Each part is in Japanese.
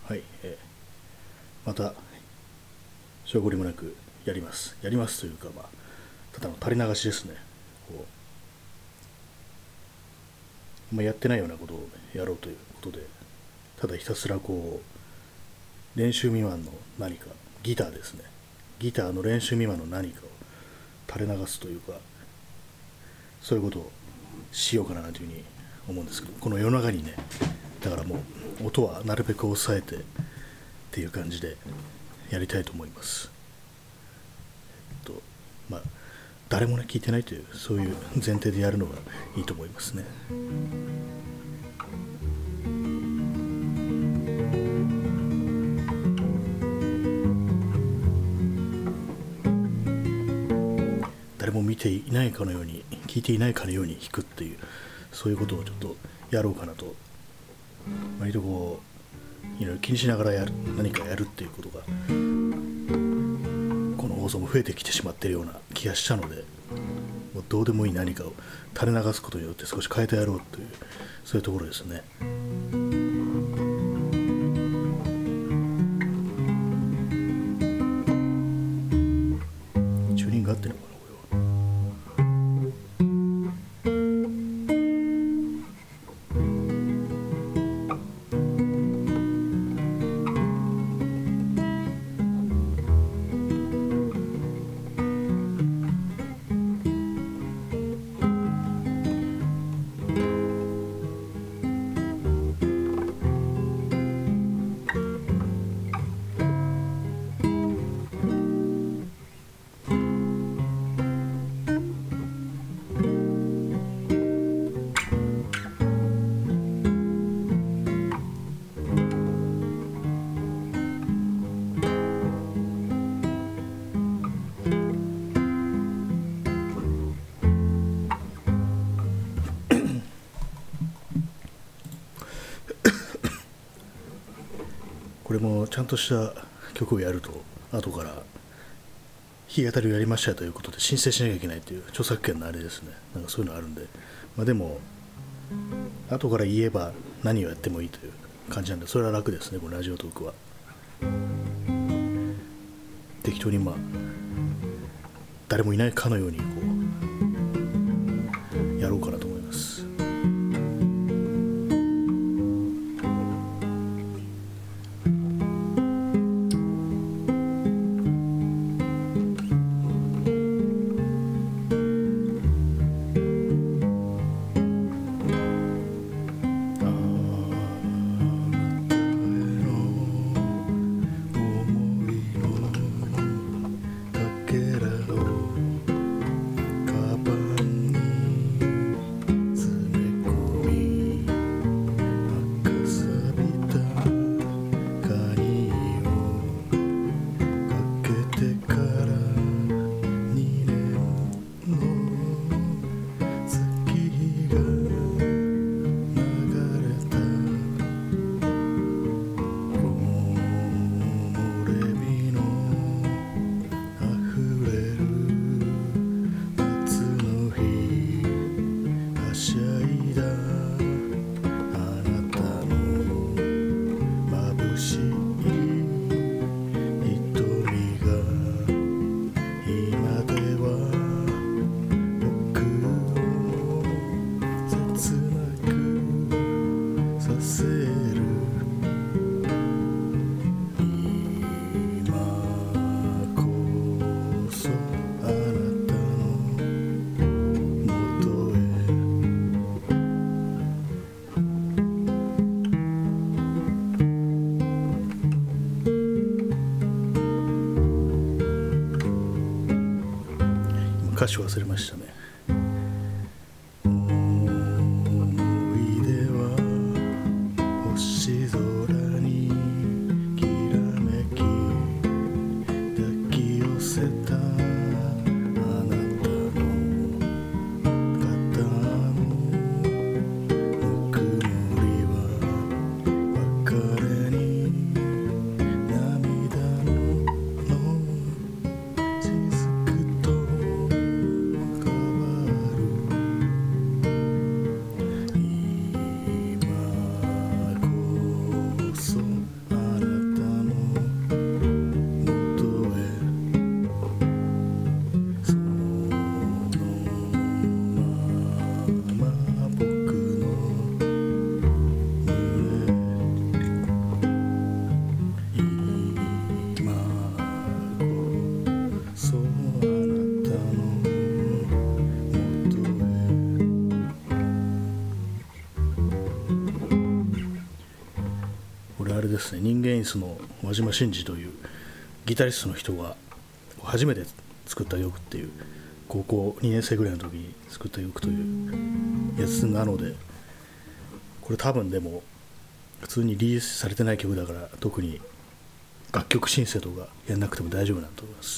はい、またしょうこりもなくやりますというか、ただの垂れ流しですね。こう、やってないようなことをやろうということで、ただひたすらこう練習未満の何か、ギターですね、ギターの練習未満の何かを垂れ流すというか、そういうことをしようかなというふうに思うんですけど、この世の中にね、だからもう音はなるべく抑えてっていう感じでやりたいと思います。誰もね聞いてないという、そういう前提でやるのがいいと思いますね。誰も見ていないかのように、聞いていないかのように弾くっていう、そういうことをちょっとやろうかなと、割とこういろいろ気にしながら何かやるっていうことがこの放送も増えてきてしまっているような気がしたので、もうどうでもいい何かを垂れ流すことによって少し変えてやろうという、そういうところですね。チューニング合ってるのかな、これは。これもちゃんとした曲をやると、後から弾き語りをやりましたということで申請しなきゃいけないという著作権のあれですね。なんかそういうのあるんで、でも後から言えば何をやってもいいという感じなんで、それは楽ですね。このラジオトークは適当に誰もいないかのようにこうやろうかなと思います。歌詞忘れましたね。 れあれですね、人間椅子の輪島真司というギタリストの人が初めて作った曲っていう、高校2年生ぐらいの時に作った曲というやつなので、これ多分でも普通にリリースされてない曲だから、特に楽曲申請とかやんなくても大丈夫なんだと思います。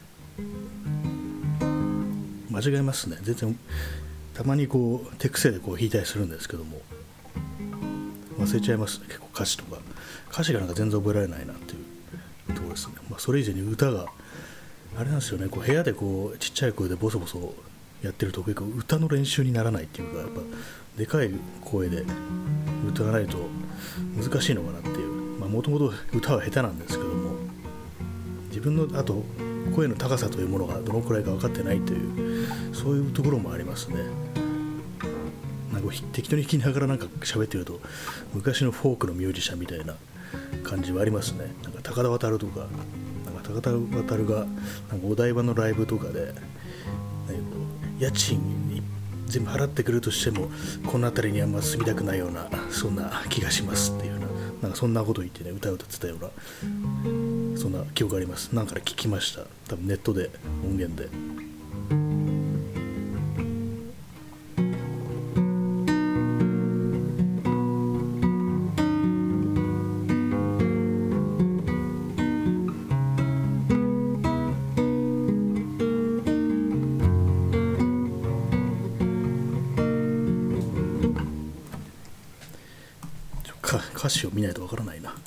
間違えますね、全然。たまにこう手癖でこう弾いたりするんですけども、忘れちゃいますね、結構歌詞とか。歌詞がなんか全然覚えられないなっていうところですね。それ以前に歌があれなんですよね、こう部屋でこうちっちゃい声でボソボソやってると結構歌の練習にならないっていうか、やっぱでかい声で歌わないと難しいのかなっていう。もともと歌は下手なんですけども、自分のあと声の高さというものがどのくらいか分かってないという、そういうところもありますね。なんか適当に弾きながらなんか喋ってると昔のフォークのミュージシャンみたいな感じはありますね。なんか高田渡とか、なんか高田渡がなんかお台場のライブとかで、家賃全部払ってくるとしてもこの辺りにあんま住みたくないような、そんな気がしますっていうような、なんかそんなこと言ってね、歌を歌ってたような、そんな記憶があります。なんかで聞きました、多分ネットで、音源で。歌詞を見ないとわからないな。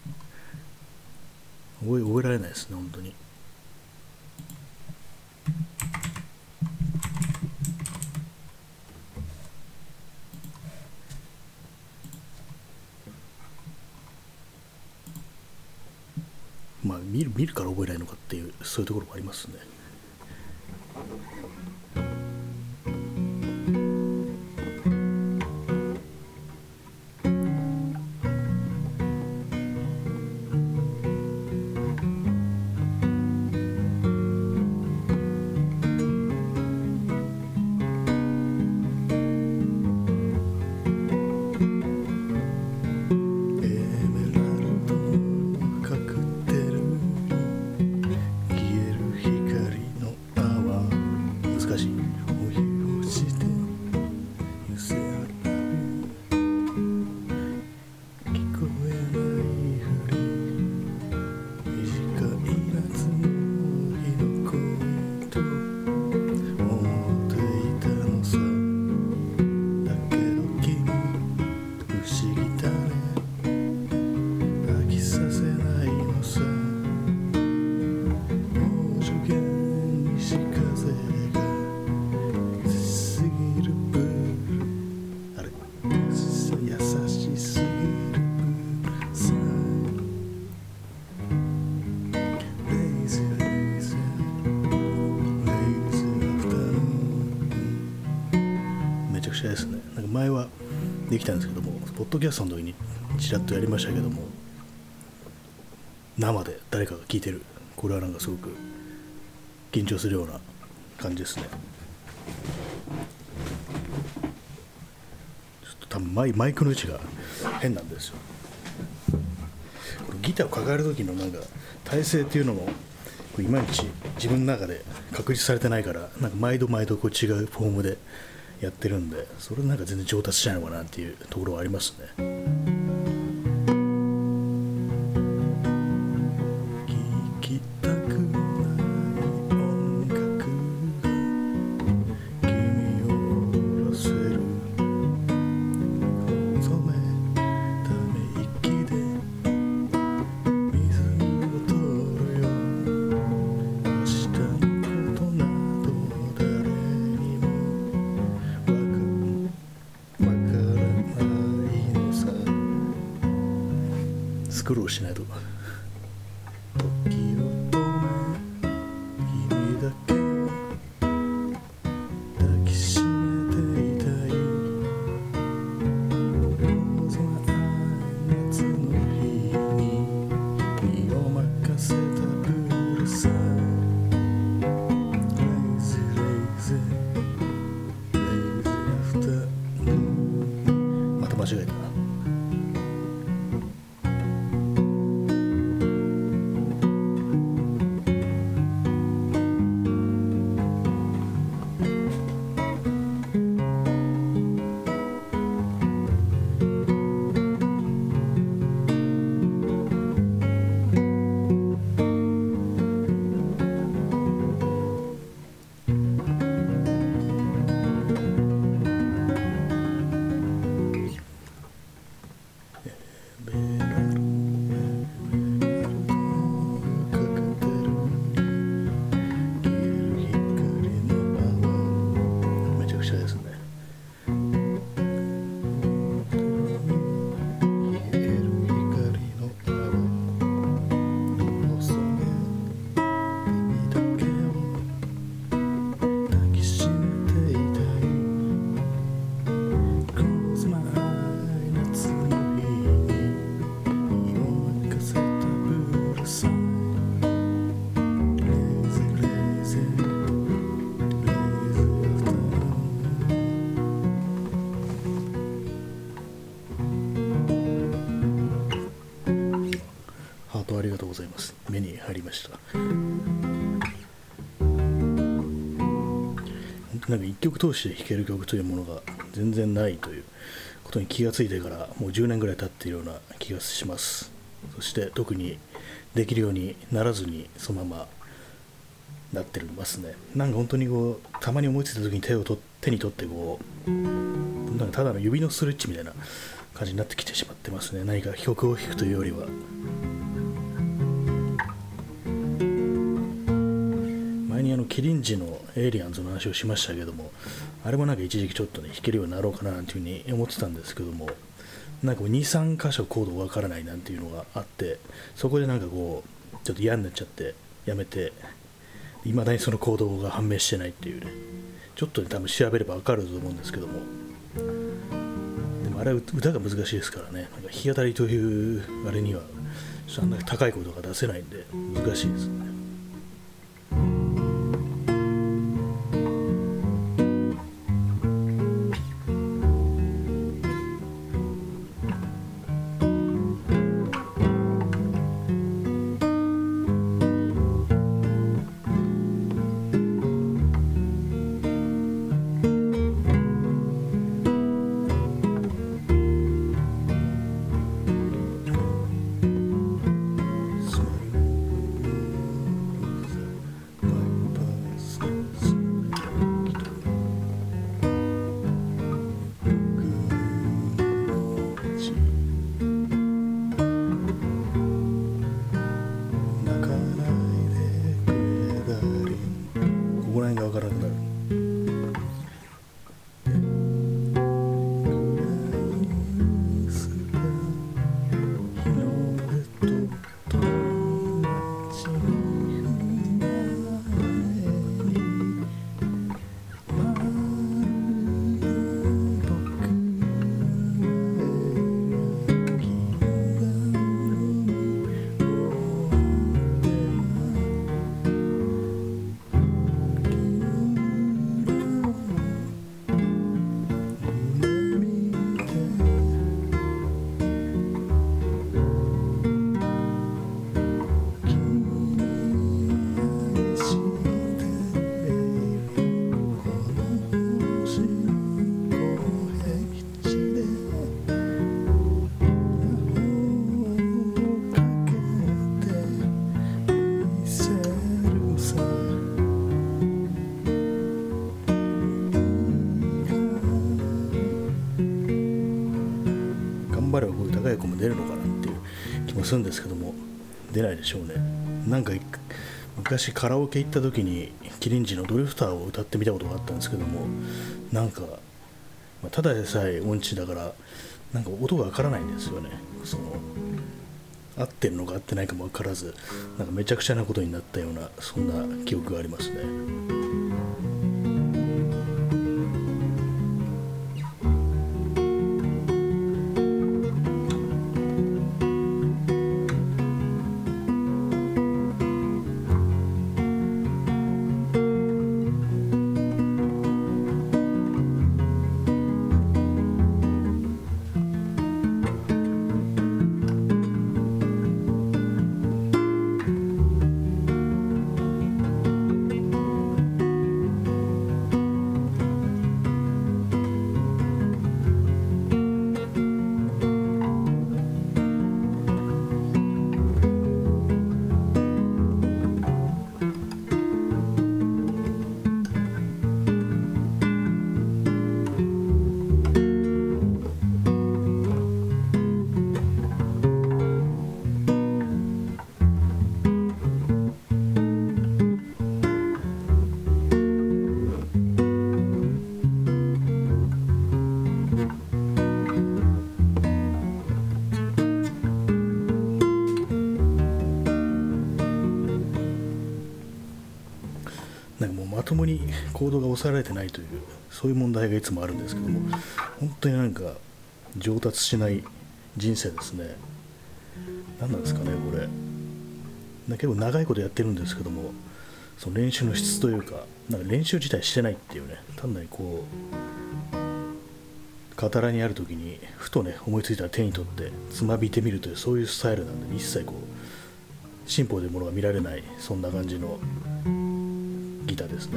覚えられないですね、本当に。見るから覚えないのかっていう、そういうところもありますね。ですね。なんか前はできたんですけども、ポッドキャストの時にちらっとやりましたけども、生で誰かが聞いてる、これはなんかすごく緊張するような感じですね。ちょっと多分マイクの位置が変なんですよ。このギターを抱える時のなんか体勢っていうのもいまいち自分の中で確立されてないから、なんか毎度こう違うフォームでやってるんで、それなんか全然上達しないのかなっていうところはありますね。聞きたくない音楽が君を踊らせる、細めため息で水を取るよ、明日のことなど誰にもスクロールしないと。時を止め君だけを抱きしめていたい、夏の日に身を任せたブルーさ、レイズアフター、また間違えたな。 ートありがとうございます。目に入りました。なんか一曲通して弾ける曲というものが全然ないということに気がついてからもう10年ぐらい経っているような気がします。そして特にできるようにならずにそのままなってますね。なんか本当にこうたまに思いついた時に手に取ってこうなんかただの指のストレッチみたいな感じになってきてしまってますね。何か曲を弾くというよりは。前にキリンジのエイリアンズの話をしましたけども、あれもなんか一時期ちょっとね弾けるようになろうかななんていうふうに思ってたんですけども、なんか2、3箇所コードわからないなんていうのがあって、そこでなんかこうちょっと嫌になっちゃってやめて、未だにそのコードが判明してないっていうね。ちょっとね多分調べればわかると思うんですけども、でもあれは歌が難しいですからね。なんか弾き語りというあれにはそんな高いコードが出せないんで難しいですね。ここら辺がわからなくなる。頑張ればこういう高い子も出るのかなっていう気もするんですけども、出ないでしょうね。なんか昔カラオケ行った時にキリンジのドリフターを歌ってみたことがあったんですけども、なんか、ただでさえ音痴だからなんか音がわからないんですよね。その合ってるのか合ってないかも分からず、なんかめちゃくちゃなことになったようなそんな記憶がありますね。なんかもうまともにコードが押さえられてないという、そういう問題がいつもあるんですけども、本当になんか上達しない人生ですね。何なんですかねこれ。結構長いことやってるんですけども、その練習の質というか、なんか練習自体してないっていうね、単なるこう傍らにある時にふとね思いついたら手に取ってつまびてみるという、そういうスタイルなんで、一切こ進歩というものが見られない、そんな感じのギターですね。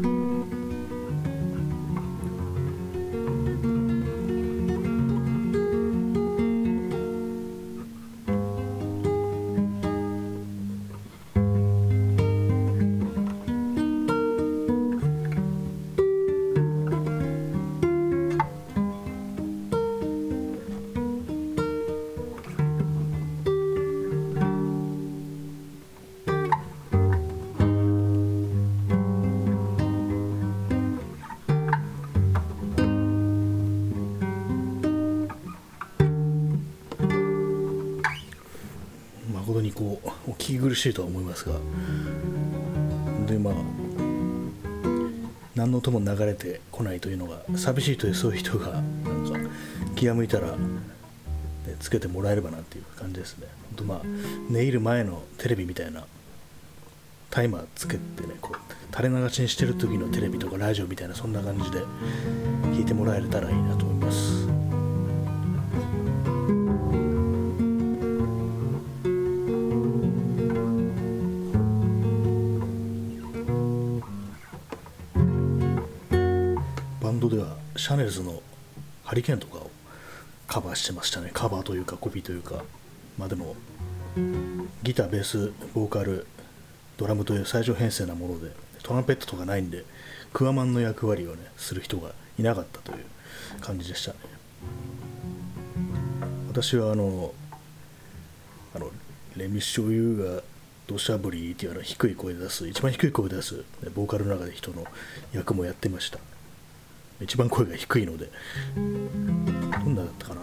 誠にこうお聞き苦しいとは思いますが、で何の音も流れてこないというのが寂しいという、そういう人がなんか気が向いたら、ね、つけてもらえればなっていう感じですね。寝入る前のテレビみたいなタイマーつけてね、こう垂れ流しにしてる時のテレビとかラジオみたいな、そんな感じで聞いてもらえたらいいなと思います。バンドではシャネルズのハリケーンとかをカバーしてましたね。カバーというかコピーというか、でもギター、ベース、ボーカル、ドラムという最小編成なもので、トランペットとかないんで、クワマンの役割をねする人がいなかったという感じでしたね。私はレミショユーが土砂降りっていう低い声で出す、一番低い声で出すボーカルの中で人の役もやってました。一番声が低いので、どんなだったかな。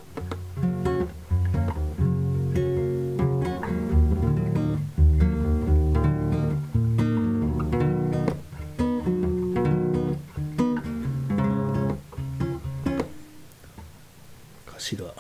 歌詞が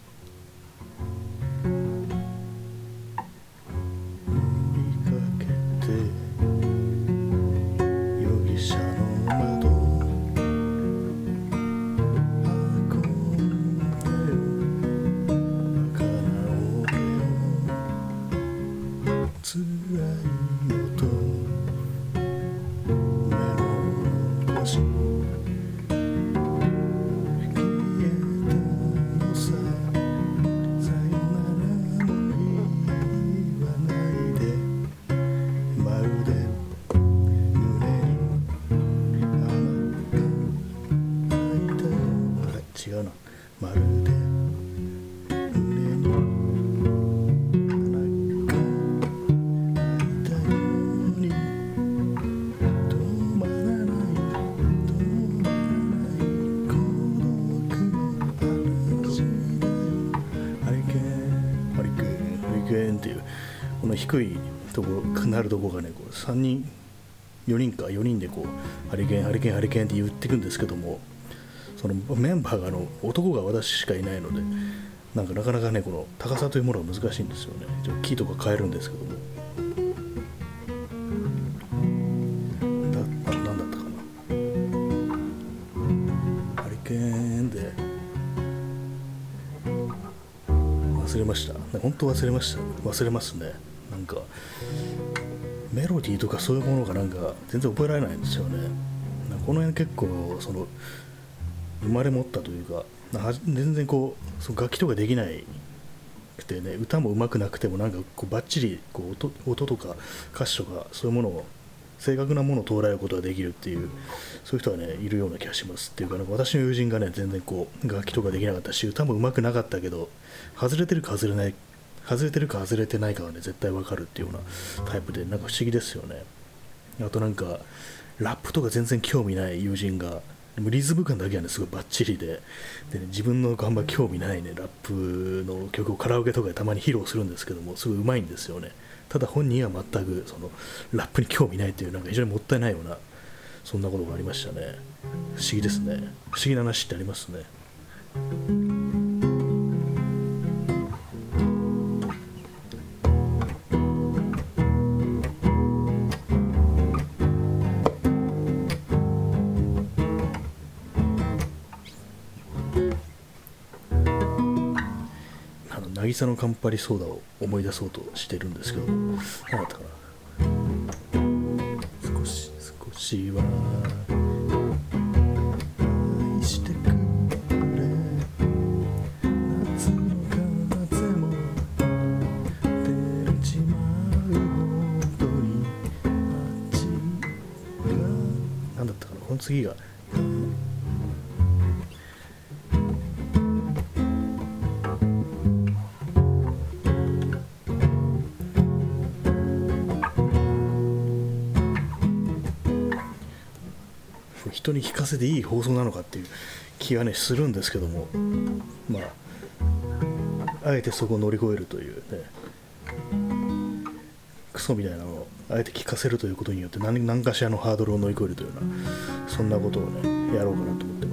違うな、まるで胸に花が咲いたように止まらない孤独の話だよ。ハリケーンっていうこの低いとこなるとこがね、こう3人4人か4人でこうハリケーンって言っていくんですけども、そのメンバーが男が私しかいないので、なかなかねこの高さというものが難しいんですよね。キーとか変えるんですけども、何だったかな、ハリケーンで忘れました。本当忘れますね。メロディーとかそういうものが全然覚えられないんですよね。この辺結構生まれ持ったというか、全然その楽器とかできないくてね、歌も上手くなくてもバッチリ音とか歌詞とかそういうものを正確なものを捉えることができるっていう、そういう人はねいるような気がします。っていうか私の友人がね全然楽器とかできなかったし、歌も上手くなかったけど、外れてるか外れてないかはね絶対わかるっていうようなタイプで、不思議ですよね。あとラップとか全然興味ない友人が、でもリズム感だけはねすごいバッチリで、自分のあんま興味ないねラップの曲をカラオケとかでたまに披露するんですけども、すごい上手いんですよね。ただ本人は全くそのラップに興味ないという、非常にもったいないような、そんなことがありましたね。不思議ですね。不思議な話ってありますね。嘆渚のカンパリソーダを思い出そうとしてるんですけど、何だったかな。少しは愛してくれ、夏の風も照れちまう、本当に街が、何だったかな、この次が人に聞かせていい放送なのかっていう気はねするんですけども、まああえてそこを乗り越えるというね、クソみたいなのをあえて聞かせるということによって何かしらのハードルを乗り越えるというような、そんなことをねやろうかなと思ってます。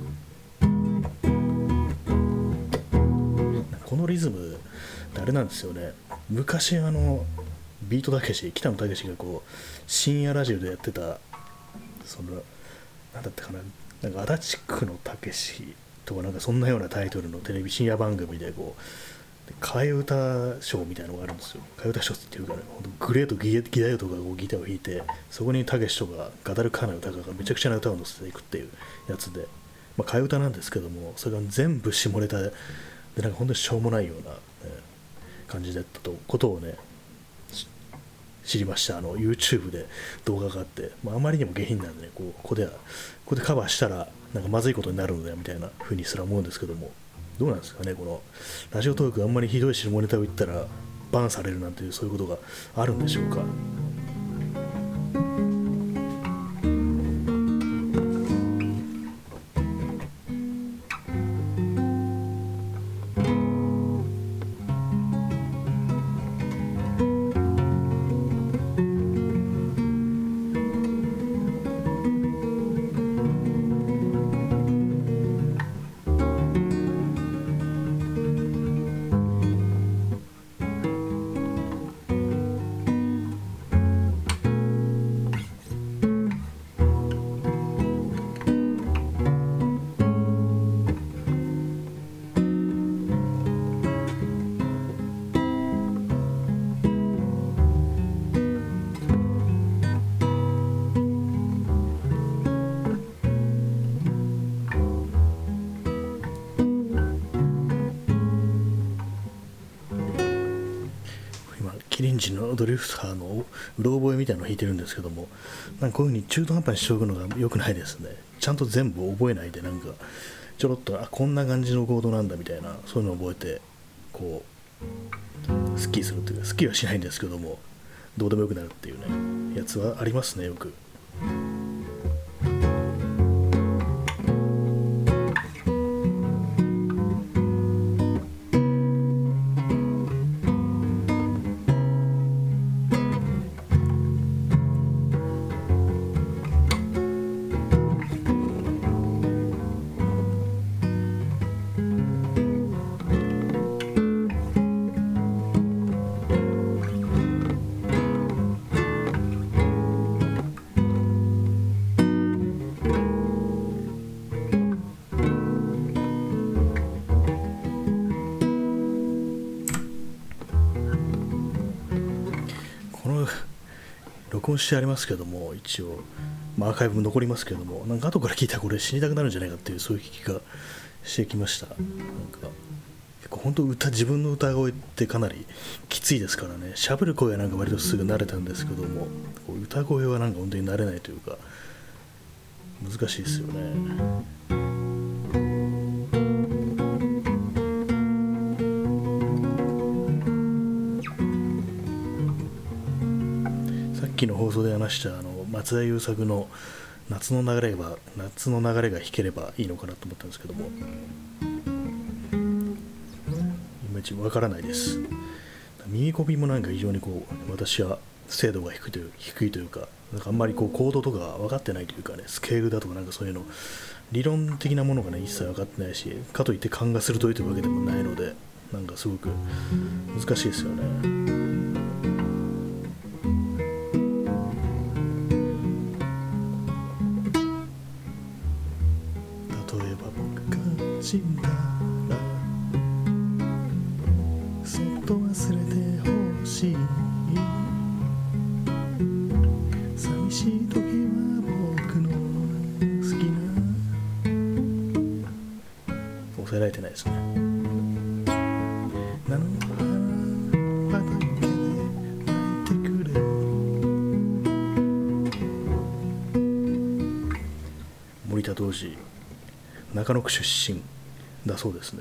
このリズムあれなんですよね、昔ビートたけし、北野武がこう深夜ラジオでやってた、そのなんだったかな、なんか足立区のたけしとかなんかそんなようなタイトルのテレビ深夜番組でこう替え歌ショーみたいなのがあるんですよ。替え歌ショーっていうかね、ほんとグレートギターとかがギターを弾いて、そこにたけしとかガダルカーナ歌がめちゃくちゃな歌を乗せていくっていうやつで、まあ、替え歌なんですけども、それが全部下ネタで、なんか本当にしょうもないような、感じだったことをね知りました。YouTube で動画があって、まあ、あまりにも下品なんでね、ここでカバーしたらなんかまずいことになるのでみたいな風にすら思うんですけども、どうなんですかね、このラジオトークあんまりひどい下ネタを言ったらバンされるなんていう、そういうことがあるんでしょうか。キリンジのドリフターのうろ覚えみたいなのを弾いてるんですけども、なんかこういう風に中途半端にしておくのが良くないですね。ちゃんと全部覚えないで、なんかちょろっとこんな感じのコードなんだみたいな、そういうのを覚えてこうスッキリするというか、スッキリはしないんですけどもどうでもよくなるっていうねやつはありますね、よく。この録音してありますけども、一応、まあ、アーカイブも残りますけども、なんか後から聞いたらこれ死にたくなるんじゃないかっていう、そういう気がしてきました。なんか結構本当自分の歌声ってかなりきついですからね。喋る声はなんか割とすぐ慣れたんですけども、こう歌声はなんか本当に慣れないというか難しいですよね。さっきの放送で話した松田優作の夏の流れが弾ければいいのかなと思ったんですけども、いまいちわからないです。耳コピもなんか非常にこう私は精度が低いというか、なんかあんまりこうコードとか分かってないというかね、スケールだとかなんかそういうの理論的なものがね一切分かってないし、かといって勘が鋭いというわけでもないので、なんかすごく難しいですよね。例えば僕が死んだらと忘れてほしい、寂しい時は僕の好きな、抑えられてないですね。菜の花畑で泣いてくれ、森田童子、中野区出身だそうですね。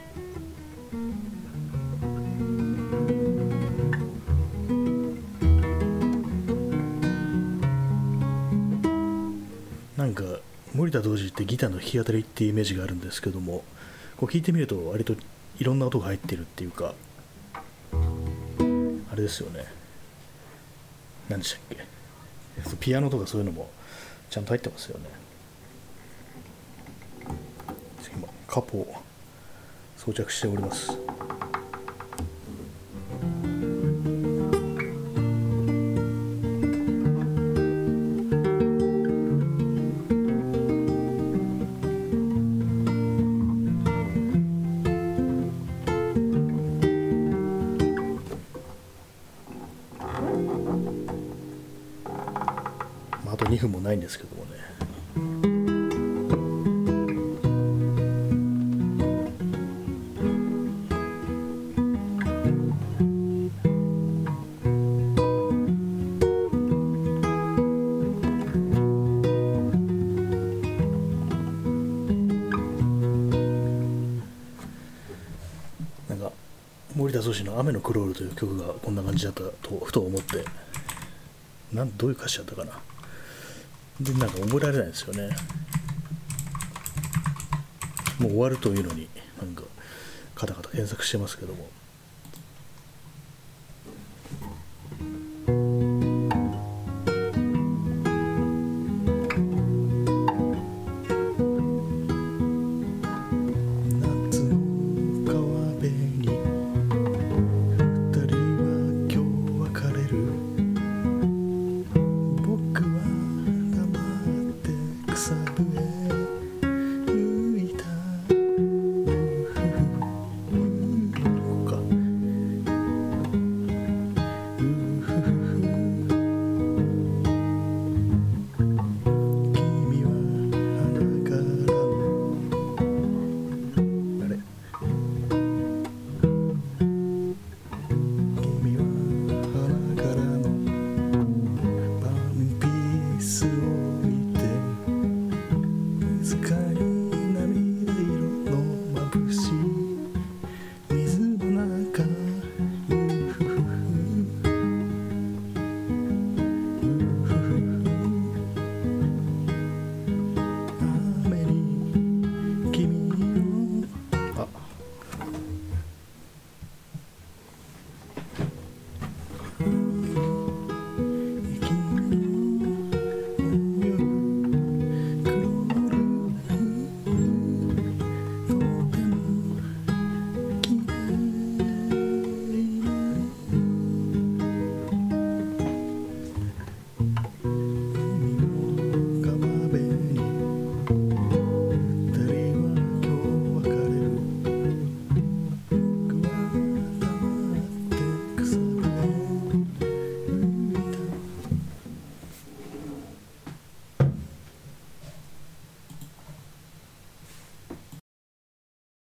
なんか森田童子ってギターの弾き語りっていうイメージがあるんですけども、こう聞いてみると割といろんな音が入ってるっていうか、あれですよね、何でしたっけ、ピアノとかそういうのもちゃんと入ってますよね。今カポを装着しております。あと2分もないんですけどもね。なんか森田聡の雨のクロールという曲がこんな感じだったとふと思って、どういう歌詞だったかな。でなんか覚えられないですよね。もう終わるというのになんかカタカタ検索してますけども、